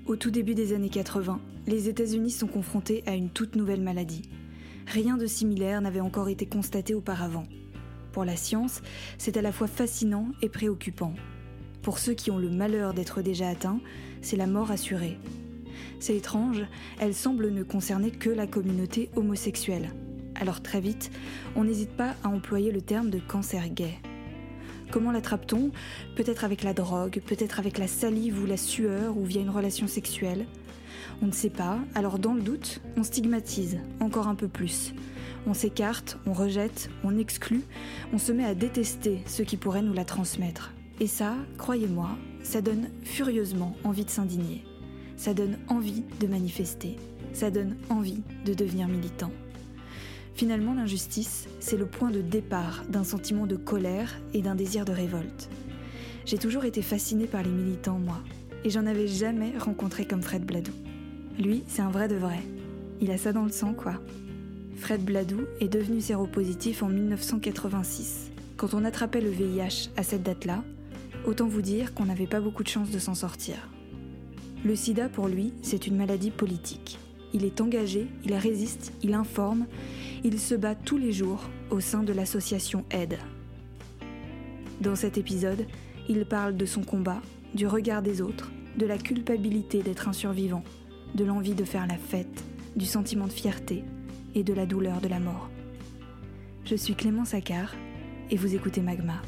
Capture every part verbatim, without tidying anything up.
Au tout début des années quatre-vingts, les États-Unis sont confrontés à une toute nouvelle maladie. Rien de similaire n'avait encore été constaté auparavant. Pour la science, c'est à la fois fascinant et préoccupant. Pour ceux qui ont le malheur d'être déjà atteints, c'est la mort assurée. C'est étrange, elle semble ne concerner que la communauté homosexuelle. Alors très vite, on n'hésite pas à employer le terme de cancer gay. Comment l'attrape-t-on ? Peut-être avec la drogue, peut-être avec la salive ou la sueur ou via une relation sexuelle. On ne sait pas, alors dans le doute, on stigmatise encore un peu plus. On s'écarte, on rejette, on exclut, on se met à détester ceux qui pourraient nous la transmettre. Et ça, croyez-moi, ça donne furieusement envie de s'indigner. Ça donne envie de manifester. Ça donne envie de devenir militant. Finalement, l'injustice, c'est le point de départ d'un sentiment de colère et d'un désir de révolte. J'ai toujours été fascinée par les militants, moi, et j'en avais jamais rencontré comme Fred Bladou. Lui, c'est un vrai de vrai. Il a ça dans le sang, quoi. Fred Bladou est devenu séropositif en dix-neuf cent quatre-vingt-six. Quand on attrapait le V I H à cette date-là, autant vous dire qu'on n'avait pas beaucoup de chance de s'en sortir. Le sida, pour lui, c'est une maladie politique. Il est engagé, il résiste, il informe, il se bat tous les jours au sein de l'association Aide. Dans cet épisode, il parle de son combat, du regard des autres, de la culpabilité d'être un survivant, de l'envie de faire la fête, du sentiment de fierté et de la douleur de la mort. Je suis Clémence Accard et vous écoutez Magma.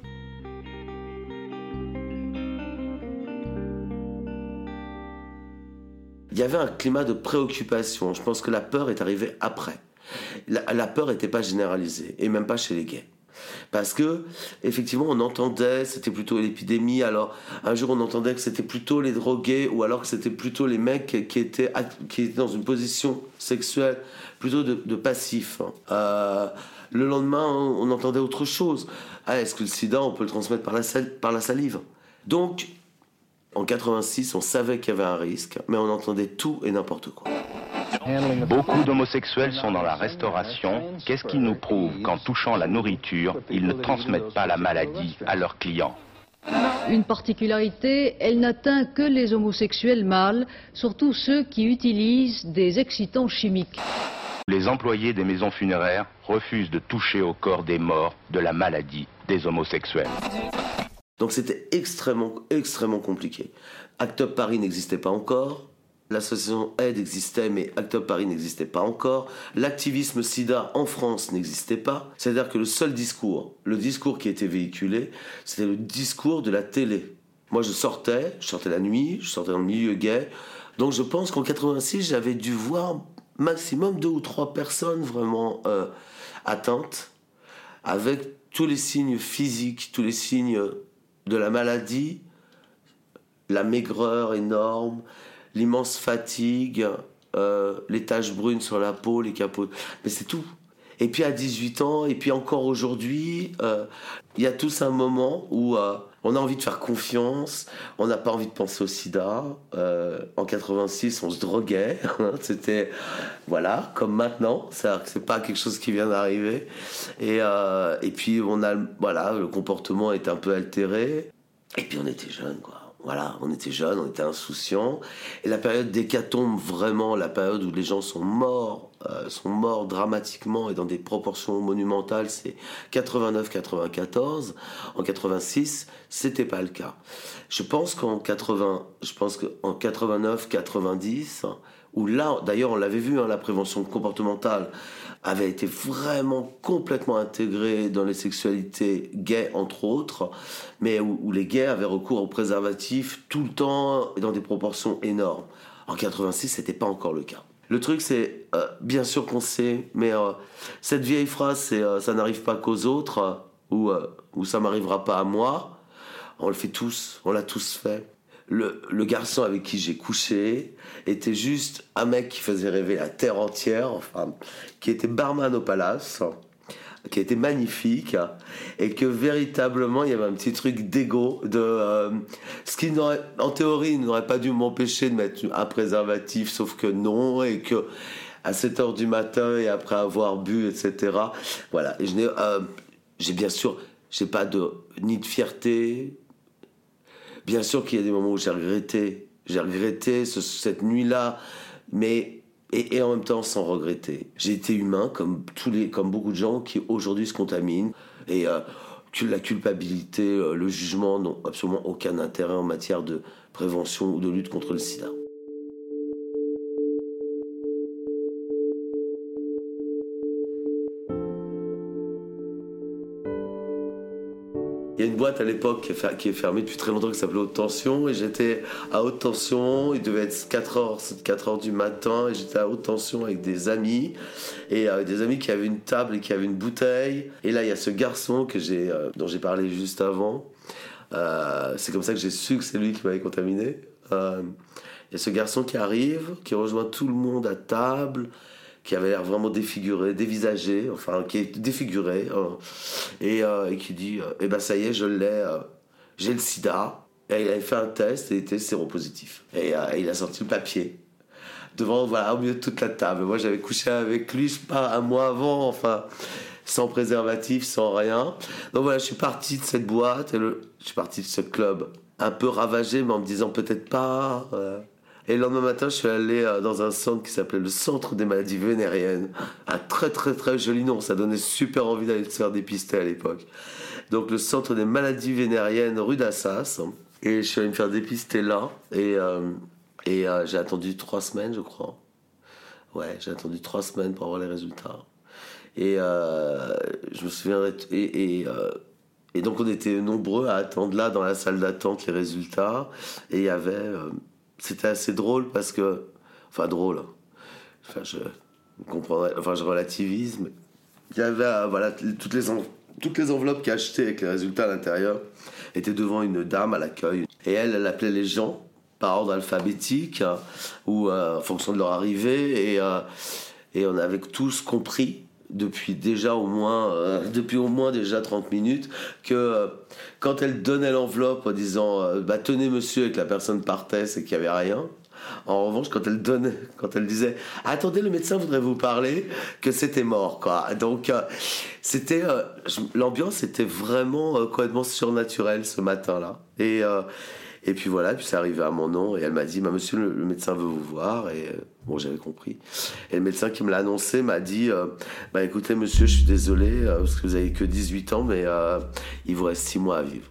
Il y avait un climat de préoccupation. Je pense que la peur est arrivée après. La, la peur n'était pas généralisée, et même pas chez les gays. Parce que, effectivement, on entendait, c'était plutôt l'épidémie, alors un jour on entendait que c'était plutôt les drogués, ou alors que c'était plutôt les mecs qui étaient, qui étaient dans une position sexuelle plutôt de, de passif. Euh, le lendemain, on, on entendait autre chose. Ah, est-ce que le sida, on peut le transmettre par la, sal, par la salive ? Donc, en quatre-vingt-six, on savait qu'il y avait un risque, mais on entendait tout et n'importe quoi. Beaucoup d'homosexuels sont dans la restauration. Qu'est-ce qui nous prouve qu'en touchant la nourriture, ils ne transmettent pas la maladie à leurs clients ? Une particularité, elle n'atteint que les homosexuels mâles, surtout ceux qui utilisent des excitants chimiques. Les employés des maisons funéraires refusent de toucher au corps des morts de la maladie des homosexuels. Donc c'était extrêmement, extrêmement compliqué. Act Up Paris n'existait pas encore. L'association Aide existait, mais Act Up Paris n'existait pas encore. L'activisme sida en France n'existait pas. C'est-à-dire que le seul discours, le discours qui était véhiculé, c'était le discours de la télé. Moi, je sortais, je sortais la nuit, je sortais dans le milieu gay. Donc je pense qu'en quatre-vingt-six, j'avais dû voir maximum deux ou trois personnes vraiment euh, atteintes, avec tous les signes physiques, tous les signes de la maladie, la maigreur énorme, l'immense fatigue, euh, les taches brunes sur la peau, les capotes, mais c'est tout. Et puis à dix-huit ans, et puis encore aujourd'hui, euh, il y a tous un moment où euh, on a envie de faire confiance, on n'a pas envie de penser au sida. Euh, en quatre-vingt-six, on se droguait, c'était, voilà, comme maintenant, c'est-à-dire que c'est pas quelque chose qui vient d'arriver. Et, euh, et puis on a, voilà, le comportement est un peu altéré, et puis on était jeunes, quoi. Voilà, on était jeunes, on était insouciants. Et la période d'hécatombe, vraiment, la période où les gens sont morts, euh, sont morts dramatiquement et dans des proportions monumentales, c'est quatre-vingt-neuf quatre-vingt-quatorze. En quatre-vingt-six, c'était pas le cas. Je pense qu'en quatre-vingts, je pense qu'en quatre-vingt-neuf quatre-vingt-dix, où là, d'ailleurs, on l'avait vu, hein, la prévention comportementale avait été vraiment complètement intégrée dans les sexualités gays, entre autres, mais où, où les gays avaient recours aux préservatifs tout le temps et dans des proportions énormes. En quatre-vingt-six, c'était pas encore le cas. Le truc, c'est, euh, bien sûr qu'on sait, mais euh, cette vieille phrase, c'est euh, « ça n'arrive pas qu'aux autres euh, » ou, euh, ou « ça m'arrivera pas à moi », on le fait tous, on l'a tous fait. Le, le garçon avec qui j'ai couché était juste un mec qui faisait rêver la terre entière, enfin, qui était barman au Palace, qui était magnifique, et que véritablement il y avait un petit truc d'ego, de euh, ce qui n'aurait, en théorie n'aurait pas dû m'empêcher de mettre un préservatif, sauf que non, et que à sept heures du matin et après avoir bu, et cetera. Voilà, et je n'ai, euh, j'ai bien sûr, j'ai pas de ni de fierté. Bien sûr qu'il y a des moments où j'ai regretté J'ai regretté ce, cette nuit-là, mais et, et en même temps sans regretter. J'ai été humain, comme, tous les, comme beaucoup de gens qui aujourd'hui se contaminent. Et euh, la culpabilité, euh, le jugement n'ont absolument aucun intérêt en matière de prévention ou de lutte contre le sida. Il y a une boîte à l'époque qui est fermée depuis très longtemps qui s'appelait Haute Tension et j'étais à Haute Tension, il devait être quatre heures du matin et j'étais à Haute Tension avec des amis et avec des amis qui avaient une table et qui avaient une bouteille et là il y a ce garçon que j'ai, euh, dont j'ai parlé juste avant, euh, c'est comme ça que j'ai su que c'est lui qui m'avait contaminé. Euh, il y a ce garçon qui arrive, qui rejoint tout le monde à table, qui avait l'air vraiment défiguré, dévisagé, enfin qui est défiguré, hein, et, euh, et qui dit « Eh ben ça y est, je l'ai, euh, j'ai le sida ». Et il avait fait un test et il était séropositif. Et, euh, et il a sorti le papier, devant, voilà, au milieu de toute la table. Moi j'avais couché avec lui, je sais pas, un mois avant, enfin, sans préservatif, sans rien. Donc voilà, je suis parti de cette boîte, et le, je suis parti de ce club, un peu ravagé, mais en me disant peut-être pas... Euh, Et le lendemain matin, je suis allé dans un centre qui s'appelait le Centre des maladies vénériennes. Un très très très joli nom, ça donnait super envie d'aller se faire dépister à l'époque. Donc le Centre des maladies vénériennes, rue d'Assas. Et je suis allé me faire dépister là. Et, euh, et euh, j'ai attendu trois semaines, je crois. Ouais, j'ai attendu trois semaines pour avoir les résultats. Et euh, je me souviens... Et, et, euh, et donc on était nombreux à attendre là, dans la salle d'attente, les résultats. Et il y avait... Euh, C'était assez drôle parce que... Enfin, drôle. Enfin, je comprendrais... Enfin, je relativise, mais... Il y avait, voilà, toutes les, en... toutes les enveloppes cachetées avec les résultats à l'intérieur étaient devant une dame à l'accueil. Et elle, elle appelait les gens par ordre alphabétique hein, ou euh, en fonction de leur arrivée. Et, euh, et on avait tous compris depuis déjà au moins, euh, depuis au moins déjà trente minutes que euh, quand elle donnait l'enveloppe en disant euh, bah, tenez monsieur, et que la personne partait, c'est qu'il n'y avait rien. En revanche, quand elle donnait, quand elle disait attendez, le médecin voudrait vous parler, que c'était mort quoi. Donc euh, c'était euh, l'ambiance était vraiment euh, complètement surnaturelle ce matin-là. Et euh, Et puis voilà, puis c'est arrivé à mon nom et elle m'a dit bah, monsieur le, le médecin veut vous voir. Et euh, bon, j'avais compris. Et le médecin qui me l'a annoncé m'a dit euh, bah écoutez monsieur, je suis désolé euh, parce que vous avez que dix-huit ans, mais euh, il vous reste six mois à vivre.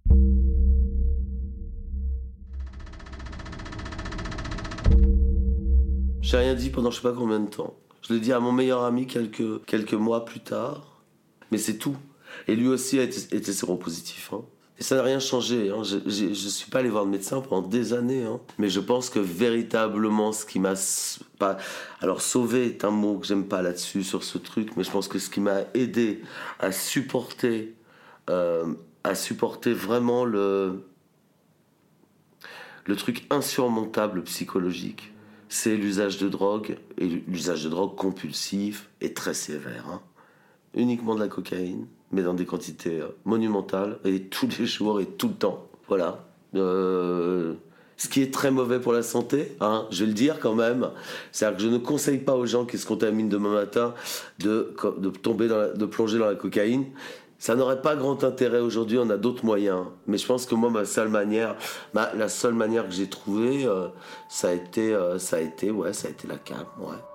J'ai rien dit pendant je sais pas combien de temps. Je l'ai dit à mon meilleur ami quelques, quelques mois plus tard, mais c'est tout. Et lui aussi a été, été séropositif, hein. Et ça n'a rien changé, hein. Je ne suis pas allé voir le médecin pendant des années, hein. Mais je pense que véritablement ce qui m'a... Pas, alors sauvé est un mot que j'aime pas là-dessus, sur ce truc, mais je pense que ce qui m'a aidé à supporter, euh, à supporter vraiment le, le truc insurmontable psychologique, c'est l'usage de drogue, et l'usage de drogue compulsif et très sévère, hein. Uniquement de la cocaïne, mais dans des quantités euh, monumentales, et tous les jours et tout le temps. Voilà. Euh, ce qui est très mauvais pour la santé, hein, je vais le dire quand même. C'est-à-dire que je ne conseille pas aux gens qui se contaminent demain matin de, de, tomber dans la, de plonger dans la cocaïne. Ça n'aurait pas grand intérêt aujourd'hui, on a d'autres moyens. Mais je pense que moi, ma seule manière, ma, la seule manière que j'ai trouvée, euh, ça a été, euh, ça a été, ouais, ça a été la C A M, ouais.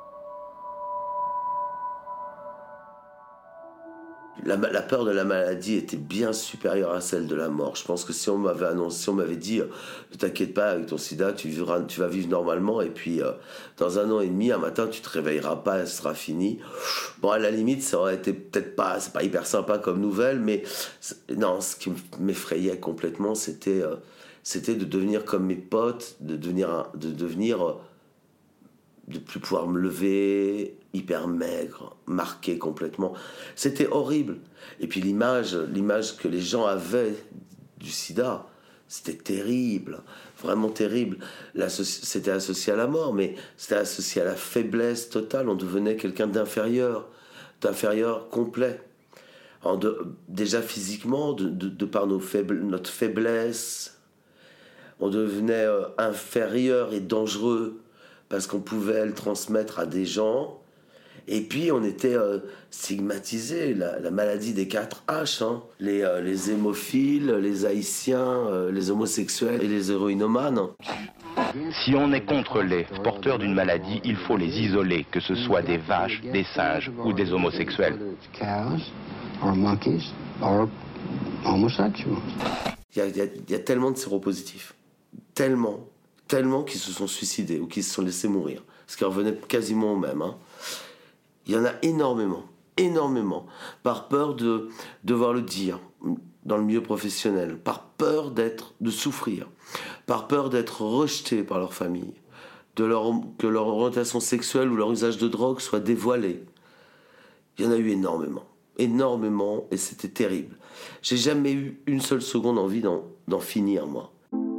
La, la peur de la maladie était bien supérieure à celle de la mort. Je pense que si on m'avait annoncé, si on m'avait dit ne t'inquiète pas, avec ton sida, tu, vivras, tu vas vivre normalement, et puis euh, dans un an et demi, un matin, tu te réveilleras pas, ce sera fini. Bon, à la limite, ça aurait été peut-être pas, c'est pas hyper sympa comme nouvelle, mais non, ce qui m'effrayait complètement, c'était, euh, c'était de devenir comme mes potes, de devenir, de devenir, euh, de plus pouvoir me lever, hyper maigre, marqué complètement. C'était horrible. Et puis l'image, l'image que les gens avaient du sida, c'était terrible, vraiment terrible. C'était associé à la mort, mais c'était associé à la faiblesse totale. On devenait quelqu'un d'inférieur, d'inférieur complet. En de, déjà physiquement, de, de, de par nos faible, notre faiblesse, on devenait euh, inférieur et dangereux parce qu'on pouvait le transmettre à des gens. Et puis on était euh, stigmatisés, la, la maladie des quatre H, hein. les, euh, les hémophiles, les haïtiens, euh, les homosexuels et les héroïnomanes. Si on est contre les porteurs d'une maladie, il faut les isoler, que ce soit des vaches, des singes ou des homosexuels. Il y a, il y a, il y a tellement de séropositifs, tellement, tellement qui se sont suicidés ou qui se sont laissés mourir, ce qui revenait quasiment au même. Hein. Il y en a énormément, énormément, par peur de devoir le dire dans le milieu professionnel, par peur d'être, de souffrir, par peur d'être rejetés par leur famille, de leur, que leur orientation sexuelle ou leur usage de drogue soit dévoilé. Il y en a eu énormément, énormément, et c'était terrible. J'ai jamais eu une seule seconde envie d'en, d'en finir, moi.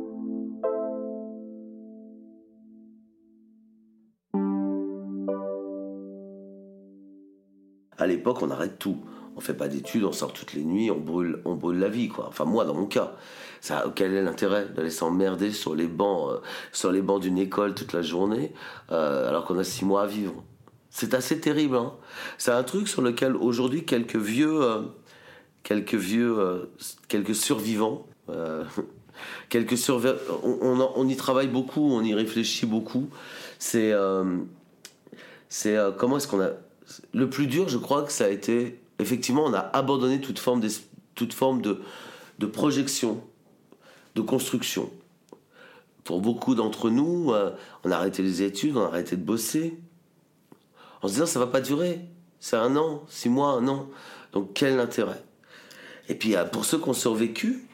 À l'époque, on arrête tout. On fait pas d'études, on sort toutes les nuits, on brûle, on brûle la vie, quoi. Enfin, moi, dans mon cas. Ça, quel est l'intérêt d'aller s'emmerder sur les bancs, euh, sur les bancs d'une école toute la journée, euh, alors qu'on a six mois à vivre? C'est assez terrible, hein. C'est un truc sur lequel, aujourd'hui, quelques vieux, euh, quelques vieux, euh, quelques survivants, euh, quelques survivants, on, on, on y travaille beaucoup, on y réfléchit beaucoup. C'est, euh, c'est euh, comment est-ce qu'on a... Le plus dur, je crois que ça a été... Effectivement, on a abandonné toute forme, de, toute forme de, de projection, de construction. Pour beaucoup d'entre nous, euh, on a arrêté les études, on a arrêté de bosser, en se disant ça va pas durer. C'est un an, six mois, un an. Donc quel intérêt? Et puis euh, pour ceux qui ont survécu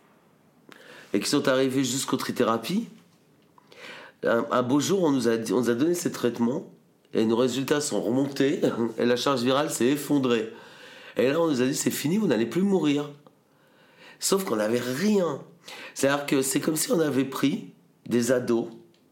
et qui sont arrivés jusqu'aux trithérapies, un, un beau jour, on nous a, dit, on nous a donné ces traitements et nos résultats sont remontés et la charge virale s'est effondrée. Et là, on nous a dit, c'est fini, vous n'allez plus mourir. Sauf qu'on n'avait rien. C'est-à-dire que c'est comme si on avait pris des ados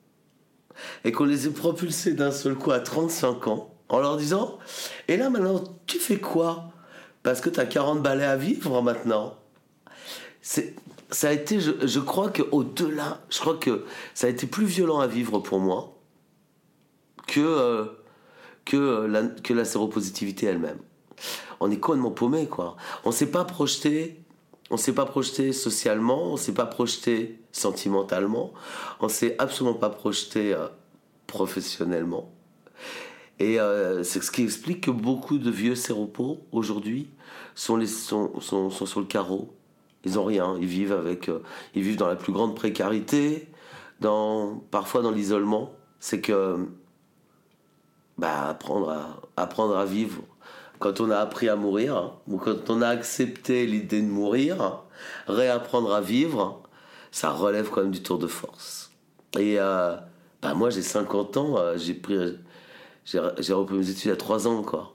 et qu'on les ait propulsés d'un seul coup à trente-cinq ans en leur disant, et là, maintenant, tu fais quoi? Parce que tu as quarante balais à vivre maintenant. C'est, ça a été, je, je crois qu'au-delà, je crois que ça a été plus violent à vivre pour moi que, euh, que, la, que la séropositivité elle-même. On est complètement paumé, quoi. On s'est pas projeté, on s'est pas projeté socialement, on s'est pas projeté sentimentalement, on s'est absolument pas projeté euh, professionnellement. Et euh, c'est ce qui explique que beaucoup de vieux séropos aujourd'hui sont, les, sont, sont, sont sur le carreau. Ils ont rien, ils vivent avec, euh, ils vivent dans la plus grande précarité, dans, parfois dans l'isolement. C'est que, bah, apprendre à, apprendre à vivre. Quand on a appris à mourir, hein, ou quand on a accepté l'idée de mourir, hein, réapprendre à vivre, ça relève quand même du tour de force. Et euh, bah moi, j'ai cinquante ans, euh, j'ai, pris, j'ai, j'ai repris mes études à trois ans, quoi.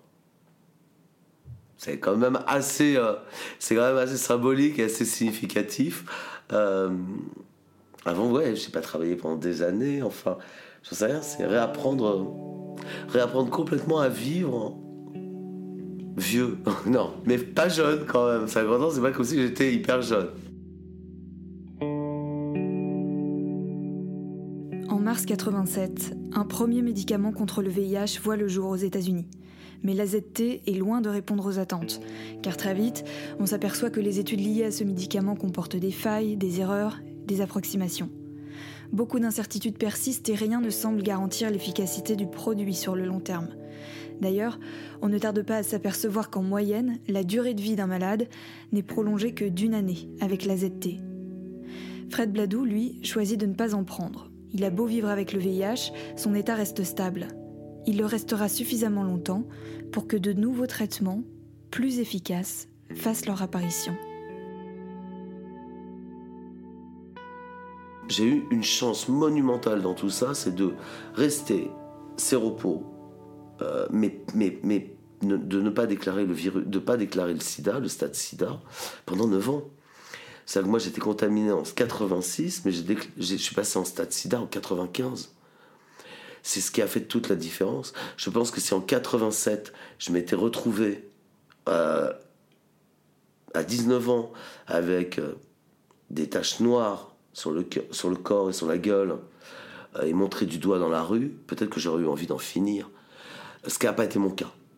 C'est quand même assez, euh, c'est quand même assez symbolique et assez significatif. Euh, avant, ouais, j'ai pas travaillé pendant des années, enfin, je sais rien, c'est réapprendre, réapprendre complètement à vivre. Vieux, non, mais pas jeune quand même. cinquante ans, c'est pas comme si j'étais hyper jeune. En mars quatre-vingt-sept, un premier médicament contre le V I H voit le jour aux États-Unis. Mais l'A Z T est loin de répondre aux attentes, car très vite, on s'aperçoit que les études liées à ce médicament comportent des failles, des erreurs, des approximations. Beaucoup d'incertitudes persistent et rien ne semble garantir l'efficacité du produit sur le long terme. D'ailleurs, on ne tarde pas à s'apercevoir qu'en moyenne, la durée de vie d'un malade n'est prolongée que d'une année avec l'A Z T. Fred Bladou, lui, choisit de ne pas en prendre. Il a beau vivre avec le V I H, son état reste stable. Il le restera suffisamment longtemps pour que de nouveaux traitements, plus efficaces, fassent leur apparition. J'ai eu une chance monumentale dans tout ça, c'est de rester séropo, euh, mais, mais, mais ne, de ne pas déclarer le virus, de pas déclarer le sida, le stade sida, pendant neuf ans. C'est-à-dire que moi j'étais contaminé en quatre-vingt-six, mais j'ai décl- j'ai, je suis passé en stade sida en quatre-vingt-quinze. C'est ce qui a fait toute la différence. Je pense que si en quatre-vingt-sept, je m'étais retrouvé euh, à dix-neuf ans avec euh, des taches noires sur le, sur le corps et sur la gueule euh, et montré du doigt dans la rue, peut-être que j'aurais eu envie d'en finir. Ce qui n'a pas été mon cas.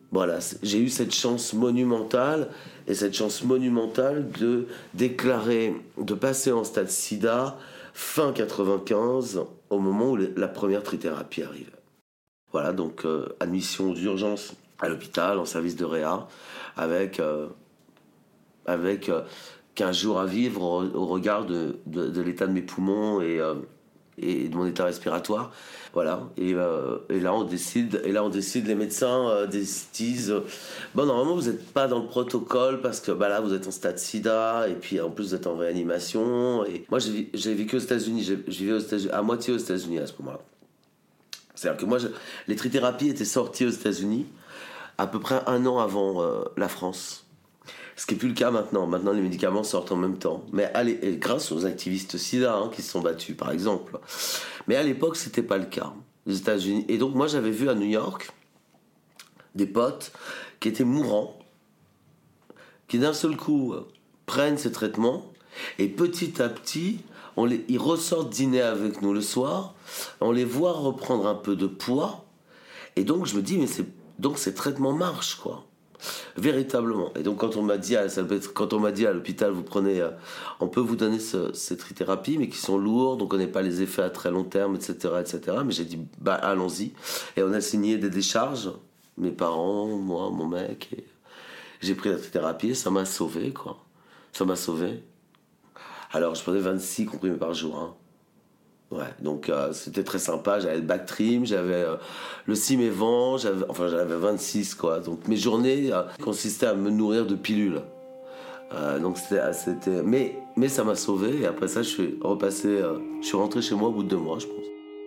Voilà, j'ai eu cette chance monumentale, et cette chance monumentale de déclarer, de passer en stade sida fin quatre-vingt-quinze, au moment où la première trithérapie arrive. Voilà, donc euh, admission d'urgence à l'hôpital, en service de réa, avec, euh, avec euh, quinze jours à vivre au, au regard de, de, de l'état de mes poumons et, euh, et de mon état respiratoire. Voilà, et, euh, et là on décide, et là on décide, les médecins euh, disent euh, bon, normalement vous n'êtes pas dans le protocole parce que bah là vous êtes en stade sida et puis en plus vous êtes en réanimation. Et moi j'ai, j'ai vécu aux États-Unis, j'ai, je vivais aux États-Unis, à moitié aux États-Unis à ce moment-là. C'est-à-dire que moi, je, les trithérapies étaient sorties aux États-Unis à peu près un an avant euh, la France. Ce qui n'est plus le cas maintenant. Maintenant, les médicaments sortent en même temps. Mais allez, et grâce aux activistes sida hein, qui se sont battus, par exemple. Mais à l'époque, ce n'était pas le cas aux États-Unis. Et donc, moi, j'avais vu à New York des potes qui étaient mourants, qui d'un seul coup euh, prennent ces traitements, et petit à petit, on les, ils ressortent dîner avec nous le soir, on les voit reprendre un peu de poids, et donc je me dis, mais c'est, donc ces traitements marchent, quoi. Véritablement. Et donc quand on m'a dit à, quand on m'a dit à l'hôpital, vous prenez, euh, on peut vous donner ce, ces trithérapies, mais qui sont lourdes, on ne connaît pas les effets à très long terme, et cetera, et cetera. Mais j'ai dit, bah allons-y. Et on a signé des décharges, mes parents, moi, mon mec, et j'ai pris la trithérapie, et ça m'a sauvé, quoi. Ça m'a sauvé. Alors je prenais vingt-six comprimés par jour, hein. Ouais, donc euh, c'était très sympa. J'avais le Bactrim, j'avais euh, le Simévan, j'avais, enfin j'avais vingt-six quoi. Donc mes journées euh, consistaient à me nourrir de pilules. Euh, donc c'était, c'était, mais mais ça m'a sauvé. Et après ça, je suis repassé, euh, je suis rentré chez moi au bout de deux mois, je pense.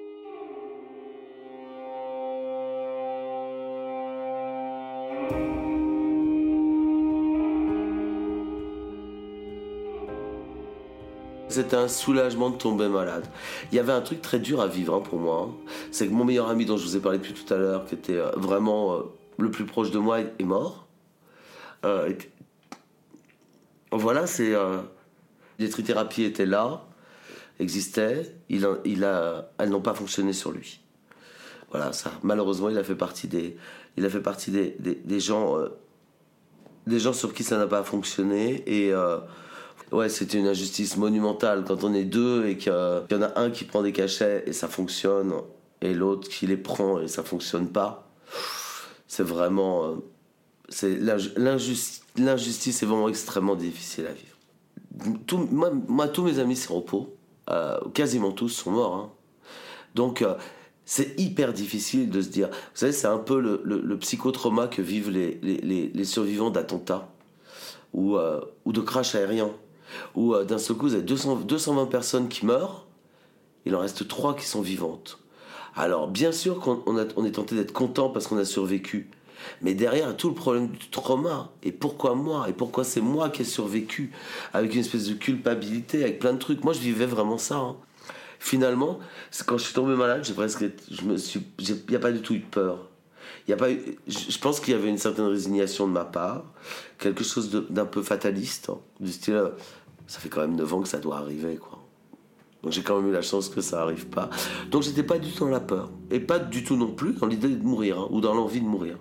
C'était un soulagement de tomber malade. Il y avait un truc très dur à vivre hein, pour moi. Hein. C'est que mon meilleur ami dont je vous ai parlé depuis tout à l'heure, qui était euh, vraiment euh, le plus proche de moi, est mort. Euh, et... Voilà, c'est... Euh... Les trithérapies étaient là, existaient, il a, il a... elles n'ont pas fonctionné sur lui. Voilà, ça. Malheureusement, il a fait partie des, il a fait partie des, des, des gens, euh... des gens sur qui ça n'a pas fonctionné. Et... Euh... Ouais, c'était une injustice monumentale quand on est deux et qu'il y en a un qui prend des cachets et ça fonctionne et l'autre qui les prend et ça fonctionne pas. C'est vraiment... C'est, l'injustice, l'injustice est vraiment extrêmement difficile à vivre. Tout, moi, moi, tous mes amis séropos, euh, quasiment tous sont morts. Hein. Donc, euh, c'est hyper difficile de se dire... Vous savez, c'est un peu le, le, le psychotrauma que vivent les, les, les, les survivants d'attentats ou, euh, ou de crash aériens. Où euh, d'un seul coup, vous avez deux cents, deux cent vingt personnes qui meurent, il en reste trois qui sont vivantes. Alors, bien sûr qu'on on a, on est tenté d'être content parce qu'on a survécu, mais derrière, tout le problème du trauma, et pourquoi moi, et pourquoi c'est moi qui ai survécu, avec une espèce de culpabilité, avec plein de trucs. Moi, je vivais vraiment ça. Hein. Finalement, quand je suis tombé malade, j'ai presque, je me suis, il n'y a pas du tout eu de peur. Il y a pas eu, je pense qu'il y avait une certaine résignation de ma part, quelque chose de, d'un peu fataliste, hein, du style... Ça fait quand même neuf ans que ça doit arriver, quoi. Donc j'ai quand même eu la chance que ça arrive pas. Donc j'étais pas du tout dans la peur. Et pas du tout non plus dans l'idée de mourir, hein, ou dans l'envie de mourir.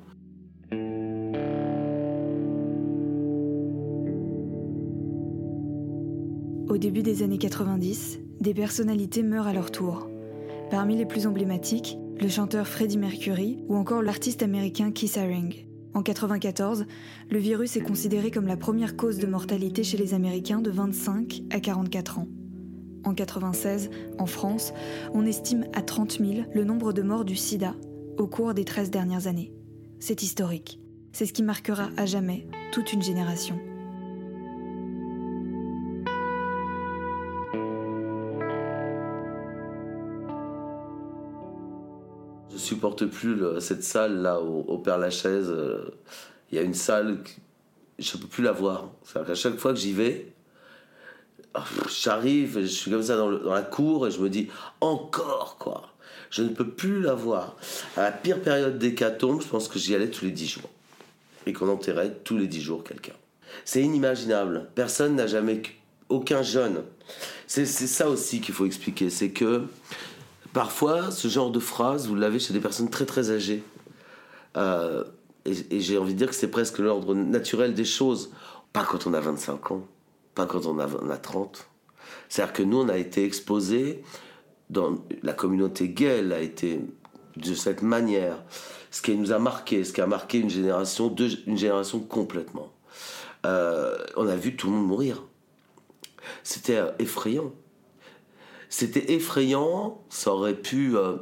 Au début des années quatre-vingt-dix, des personnalités meurent à leur tour. Parmi les plus emblématiques, le chanteur Freddie Mercury ou encore l'artiste américain Keith Haring. En quatre-vingt-quatorze, le virus est considéré comme la première cause de mortalité chez les Américains de vingt-cinq à quarante-quatre ans. En quatre-vingt-seize, en France, on estime à trente mille le nombre de morts du sida au cours des treize dernières années. C'est historique. C'est ce qui marquera à jamais toute une génération. Je supporte plus le, cette salle là au, au Père-Lachaise. Il euh, y a une salle, qui, je peux plus la voir. C'est-à-dire qu'à chaque fois que j'y vais, j'arrive, je suis comme ça dans, le, dans la cour et je me dis encore quoi. Je ne peux plus la voir. À la pire période d'hécatombe, je pense que j'y allais tous les dix jours et qu'on enterrait tous les dix jours quelqu'un. C'est inimaginable. Personne n'a jamais, aucun jeune. C'est, c'est ça aussi qu'il faut expliquer, c'est que parfois, ce genre de phrase, vous l'avez chez des personnes très très âgées. Euh, Et, et j'ai envie de dire que c'est presque l'ordre naturel des choses. Pas quand on a vingt-cinq ans, pas quand on a, on a trente. C'est-à-dire que nous, on a été exposés, dans la communauté gay, elle a été de cette manière. Ce qui nous a marqué, ce qui a marqué une génération, deux, une génération complètement. Euh, on a vu tout le monde mourir. C'était euh, effrayant. C'était effrayant, ça aurait pu... Euh,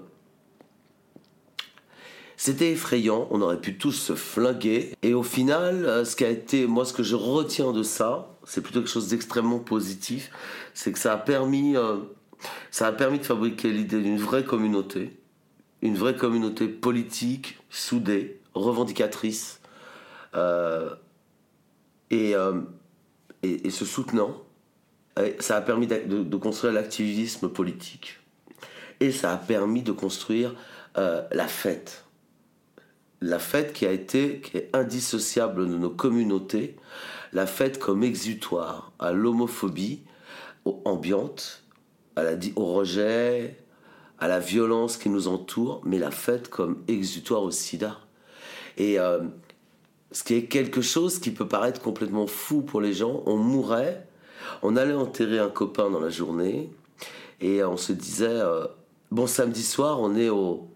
C'était effrayant, on aurait pu tous se flinguer. Et au final, ce qui a été, moi, ce que je retiens de ça, c'est plutôt quelque chose d'extrêmement positif, c'est que ça a permis, euh, ça a permis de fabriquer l'idée d'une vraie communauté, une vraie communauté politique, soudée, revendicatrice, euh, et, euh, et, et se soutenant. Et ça a permis de, de, de construire l'activisme politique. Et ça a permis de construire euh, la fête. La fête qui a été, qui est indissociable de nos communautés, la fête comme exutoire à l'homophobie ambiante, à la, au rejet, à la violence qui nous entoure, mais la fête comme exutoire au sida. Et euh, ce qui est quelque chose qui peut paraître complètement fou pour les gens, on mourait, on allait enterrer un copain dans la journée, et on se disait, euh, bon, samedi soir, on est au...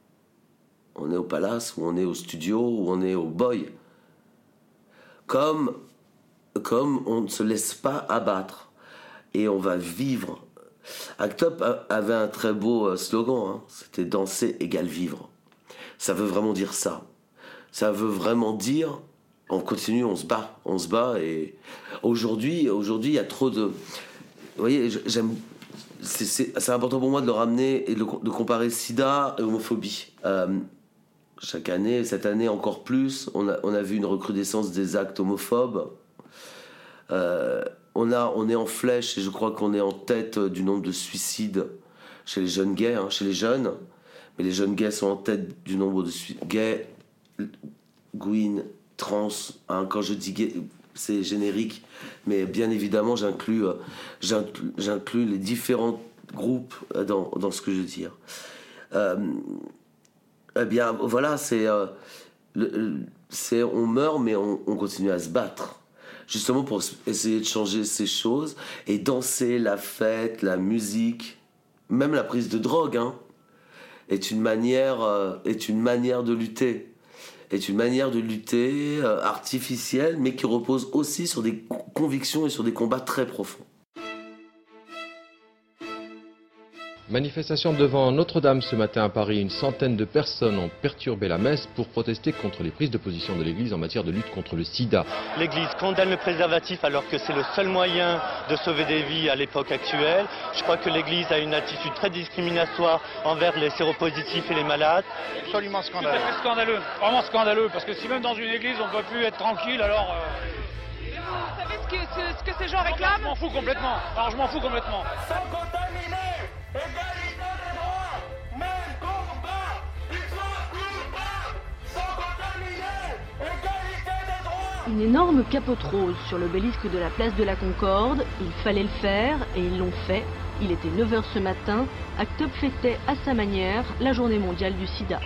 On est au Palace, ou on est au studio, ou on est au Boy. Comme, comme on ne se laisse pas abattre. Et on va vivre. Act Up avait un très beau slogan. Hein. C'était « Danser égale vivre ». Ça veut vraiment dire ça. Ça veut vraiment dire, on continue, on se bat. On se bat. Et aujourd'hui, aujourd'hui, il y a trop de... Vous voyez, j'aime... C'est, c'est, c'est important pour moi de le ramener et de, de comparer sida et homophobie. Euh, Chaque année, cette année encore plus, on a, on a vu une recrudescence des actes homophobes. Euh, on, a, on est en flèche et je crois qu'on est en tête du nombre de suicides chez les jeunes gays, hein, chez les jeunes. Mais les jeunes gays sont en tête du nombre de suicides. Gays, Gwyn, trans, hein, quand je dis gay, c'est générique, mais bien évidemment, j'inclus, euh, j'inclus, j'inclus les différents groupes dans, dans ce que je veux dire. Euh, Eh bien, voilà, c'est, euh, le, c'est on meurt, mais on, on continue à se battre. Justement pour essayer de changer ces choses. Et danser, la fête, la musique, même la prise de drogue, hein, est une manière, euh, est une manière de lutter. Est une manière de lutter euh, artificielle, mais qui repose aussi sur des convictions et sur des combats très profonds. Manifestation devant Notre-Dame ce matin à Paris. Une centaine de personnes ont perturbé la messe pour protester contre les prises de position de l'Église en matière de lutte contre le sida. L'Église condamne le préservatif alors que c'est le seul moyen de sauver des vies à l'époque actuelle. Je crois que l'Église a une attitude très discriminatoire envers les séropositifs et les malades. Absolument scandaleux. Tout à fait scandaleux, vraiment scandaleux, parce que si même dans une église on ne peut plus être tranquille, alors... Euh... Vous savez ce que, ce, ce que ces gens réclament? Je m'en fous complètement, alors je m'en fous complètement. Sans contaminer, égalité des droits, même combat, il faut combattre, sans contaminer, égalité des droits. Une énorme capote rose sur l'obélisque de la place de la Concorde. Il fallait le faire et ils l'ont fait. Il était neuf heures ce matin. Act Up fêtait à sa manière la journée mondiale du sida.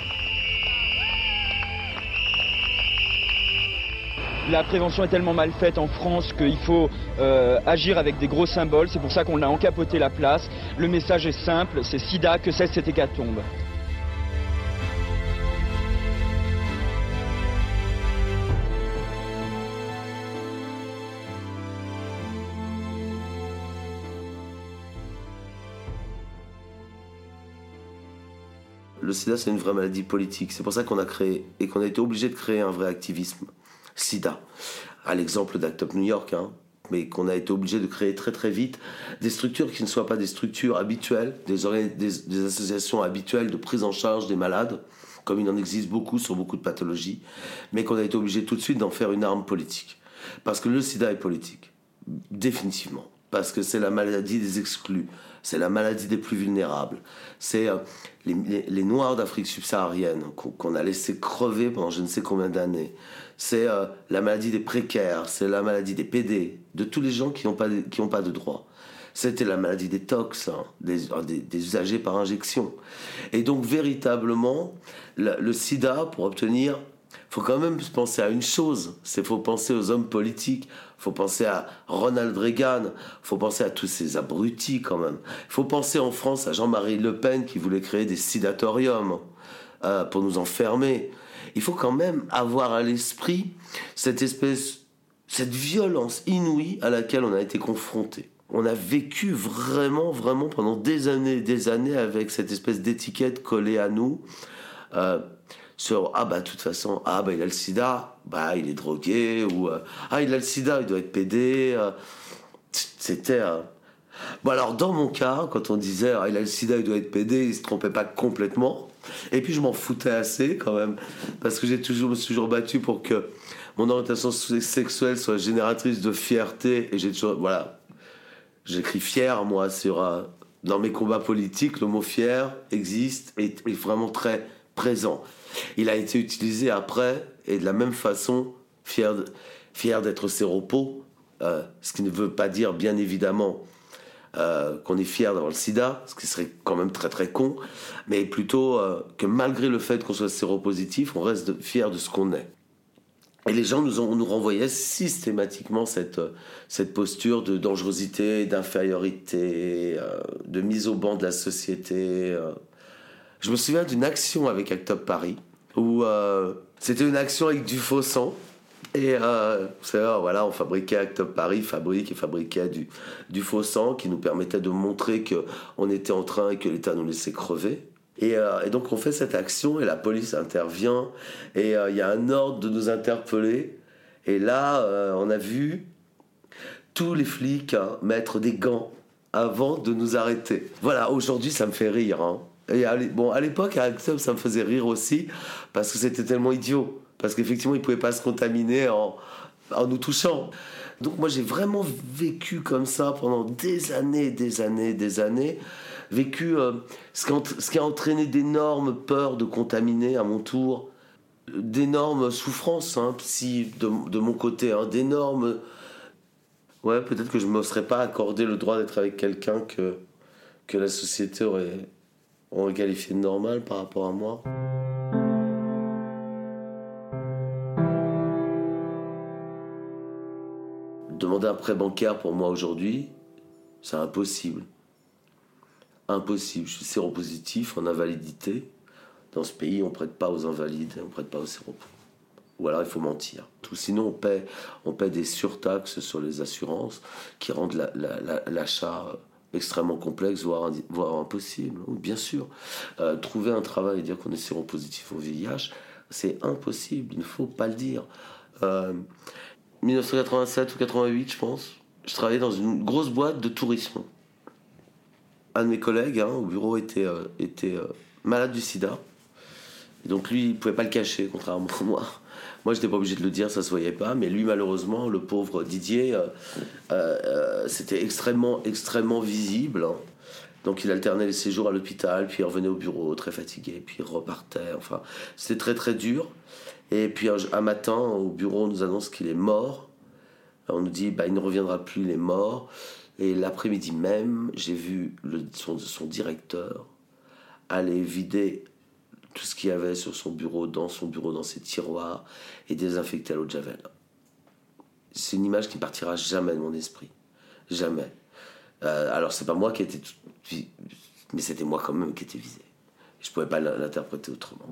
La prévention est tellement mal faite en France qu'il faut euh, agir avec des gros symboles. C'est pour ça qu'on a encapoté la place. Le message est simple, c'est sida, que cesse cette hécatombe. Le sida, c'est une vraie maladie politique. C'est pour ça qu'on a créé et qu'on a été obligé de créer un vrai activisme sida, à l'exemple d'Act Up New York, hein, mais qu'on a été obligé de créer très très vite des structures qui ne soient pas des structures habituelles, des, des, des associations habituelles de prise en charge des malades, comme il en existe beaucoup sur beaucoup de pathologies, mais qu'on a été obligé tout de suite d'en faire une arme politique. Parce que le sida est politique, définitivement. Parce que c'est la maladie des exclus, c'est la maladie des plus vulnérables, c'est euh, les, les, les Noirs d'Afrique subsaharienne qu'on, qu'on a laissé crever pendant je ne sais combien d'années, c'est euh, la maladie des précaires, c'est la maladie des P D, de tous les gens qui n'ont pas, qui n'ont pas de droit. C'était la maladie des tox, hein, des, des, des usagers par injection. Et donc véritablement, le, le sida, pour obtenir, faut quand même penser à une chose, c'est faut penser aux hommes politiques, faut penser à Ronald Reagan, faut penser à tous ces abrutis quand même. Il faut penser en France à Jean-Marie Le Pen qui voulait créer des sidatoriums euh, pour nous enfermer. Il faut quand même avoir à l'esprit cette espèce, cette violence inouïe à laquelle on a été confronté. On a vécu vraiment, vraiment pendant des années et des années avec cette espèce d'étiquette collée à nous. Euh, sur ah bah de toute façon ah bah il a le sida, bah il est drogué, ou euh, ah il a le sida, il doit être pédé. Euh, c'était euh... bon alors dans mon cas quand on disait ah il a le sida, il doit être pédé, il se trompait pas complètement. Et puis je m'en foutais assez quand même parce que j'ai toujours me suis toujours battu pour que mon orientation sexuelle soit génératrice de fierté, et j'ai toujours voilà j'écris fier moi sur euh, dans mes combats politiques, le mot fier existe et est vraiment très présent. Il a été utilisé après, et de la même façon, fier, de, fier d'être séropo, euh, ce qui ne veut pas dire, bien évidemment, euh, qu'on est fier d'avoir le sida, ce qui serait quand même très très con, mais plutôt euh, que malgré le fait qu'on soit séropositif, on reste de, fier de ce qu'on est. Et les gens nous, ont, nous renvoyaient systématiquement cette, cette posture de dangerosité, d'infériorité, euh, de mise au banc de la société. Euh. Je me souviens d'une action avec Act Up Paris, où euh, c'était une action avec du faux sang. Et euh, vous savez, voilà, on fabriquait Act Up Paris, fabrique et fabriquait du, du faux sang qui nous permettait de montrer qu'on était en train et que l'État nous laissait crever. Et, euh, et donc on fait cette action et la police intervient et il euh, y a un ordre de nous interpeller. Et là, euh, on a vu tous les flics hein, mettre des gants avant de nous arrêter. Voilà, aujourd'hui ça me fait rire. Hein. Et à, bon, à l'époque, à Act Up, ça me faisait rire aussi parce que c'était tellement idiot. Parce qu'effectivement, ils ne pouvaient pas se contaminer en, en nous touchant. Donc moi, j'ai vraiment vécu comme ça pendant des années, des années, des années. Vécu euh, ce, qui a, ce qui a entraîné d'énormes peurs de contaminer à mon tour. D'énormes souffrances, hein, psy, de, de mon côté. Hein, d'énormes... Ouais, peut-être que je ne me serais pas accordé le droit d'être avec quelqu'un que, que la société aurait... on est qualifié de normal par rapport à moi. Demander un prêt bancaire pour moi aujourd'hui, c'est impossible. Impossible. Je suis séropositif en invalidité. Dans ce pays, on ne prête pas aux invalides, on ne prête pas aux séropos. Ou alors il faut mentir. Tout, sinon, on paie, on paie des surtaxes sur les assurances qui rendent la, la, la, l'achat extrêmement complexe, voire, voire impossible. Bien sûr, euh, trouver un travail et dire qu'on est séropositif au V I H, c'est impossible, il ne faut pas le dire. Euh, dix-neuf cent quatre-vingt-sept ou quatre-vingt-huit, je pense, je travaillais dans une grosse boîte de tourisme. Un de mes collègues hein, au bureau était, euh, était euh, malade du sida. Et donc lui, il ne pouvait pas le cacher, contrairement à moi. Moi, je n'étais pas obligé de le dire, ça ne se voyait pas. Mais lui, malheureusement, le pauvre Didier, euh, euh, c'était extrêmement, extrêmement visible. Hein. Donc il alternait les séjours à l'hôpital, puis il revenait au bureau très fatigué, puis il repartait. Enfin, c'était très très dur. Et puis un, un matin, au bureau, on nous annonce qu'il est mort. On nous dit bah, il ne reviendra plus, il est mort. Et l'après-midi même, j'ai vu le, son, son directeur aller vider tout ce qu'il y avait sur son bureau, dans son bureau, dans ses tiroirs, et désinfecter à l'eau de Javel. C'est une image qui ne partira jamais de mon esprit. Jamais. Euh, alors, c'est pas moi qui étais... Mais c'était moi quand même qui était visé. Je ne pouvais pas l'interpréter autrement.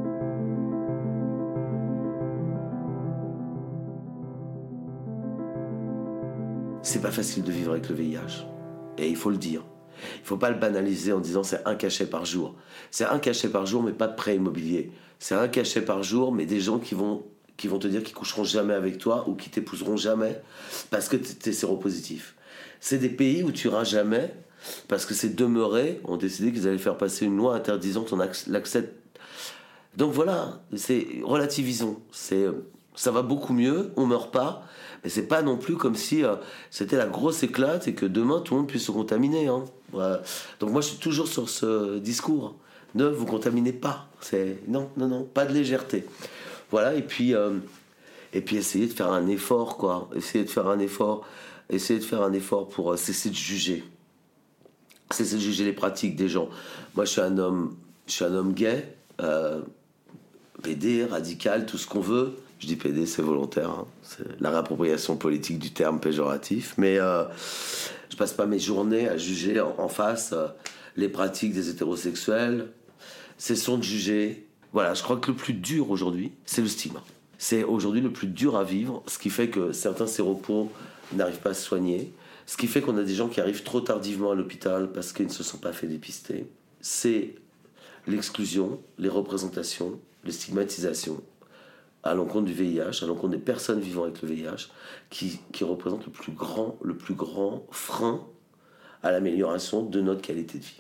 C'est pas facile de vivre avec le V I H. Et il faut le dire. Il ne faut pas le banaliser en disant c'est un cachet par jour. C'est un cachet par jour, mais pas de prêt immobilier. C'est un cachet par jour, mais des gens qui vont, qui vont te dire qu'ils coucheront jamais avec toi ou qui t'épouseront jamais parce que tu es séropositif. C'est des pays où tu iras jamais parce que ces demeurés ont décidé qu'ils allaient faire passer une loi interdisant ton l'accès. Donc voilà, c'est, relativisons. C'est, ça va beaucoup mieux, on ne meurt pas. Mais c'est pas non plus comme si euh, c'était la grosse éclate et que demain tout le monde puisse se contaminer. Hein. Voilà. Donc moi je suis toujours sur ce discours. Ne vous contaminez pas. C'est non, non, non, pas de légèreté. Voilà. Et puis euh, et puis essayer de faire un effort, quoi. Essayer de faire un effort. Essayer de faire un effort pour euh, cesser de juger. Cesser de juger les pratiques des gens. Moi je suis un homme, je suis un homme gay. Euh, P D, radical, tout ce qu'on veut. Je dis P D, c'est volontaire, hein. C'est la réappropriation politique du terme péjoratif. Mais euh, je passe pas mes journées à juger en, en face euh, les pratiques des hétérosexuels. Cessons de juger. Voilà, je crois que le plus dur aujourd'hui, c'est le stigma. C'est aujourd'hui le plus dur à vivre, ce qui fait que certains séropos n'arrivent pas à se soigner, ce qui fait qu'on a des gens qui arrivent trop tardivement à l'hôpital parce qu'ils ne se sont pas fait dépister. C'est l'exclusion, les représentations, les stigmatisations à l'encontre du V I H, à l'encontre des personnes vivant avec le V I H, qui, qui représentent le plus grand, le plus grand frein à l'amélioration de notre qualité de vie.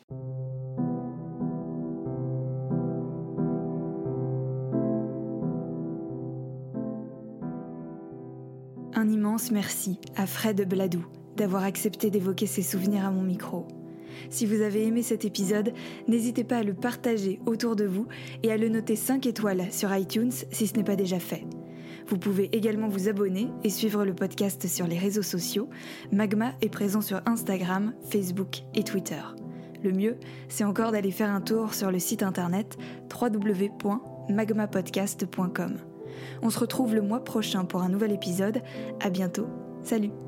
Un immense merci à Fred Bladou d'avoir accepté d'évoquer ses souvenirs à mon micro. Si vous avez aimé cet épisode, n'hésitez pas à le partager autour de vous et à le noter cinq étoiles sur iTunes si ce n'est pas déjà fait. Vous pouvez également vous abonner et suivre le podcast sur les réseaux sociaux. Magma est présent sur Instagram, Facebook et Twitter. Le mieux, c'est encore d'aller faire un tour sur le site internet w w w point magma podcast point com. On se retrouve le mois prochain pour un nouvel épisode. À bientôt. Salut!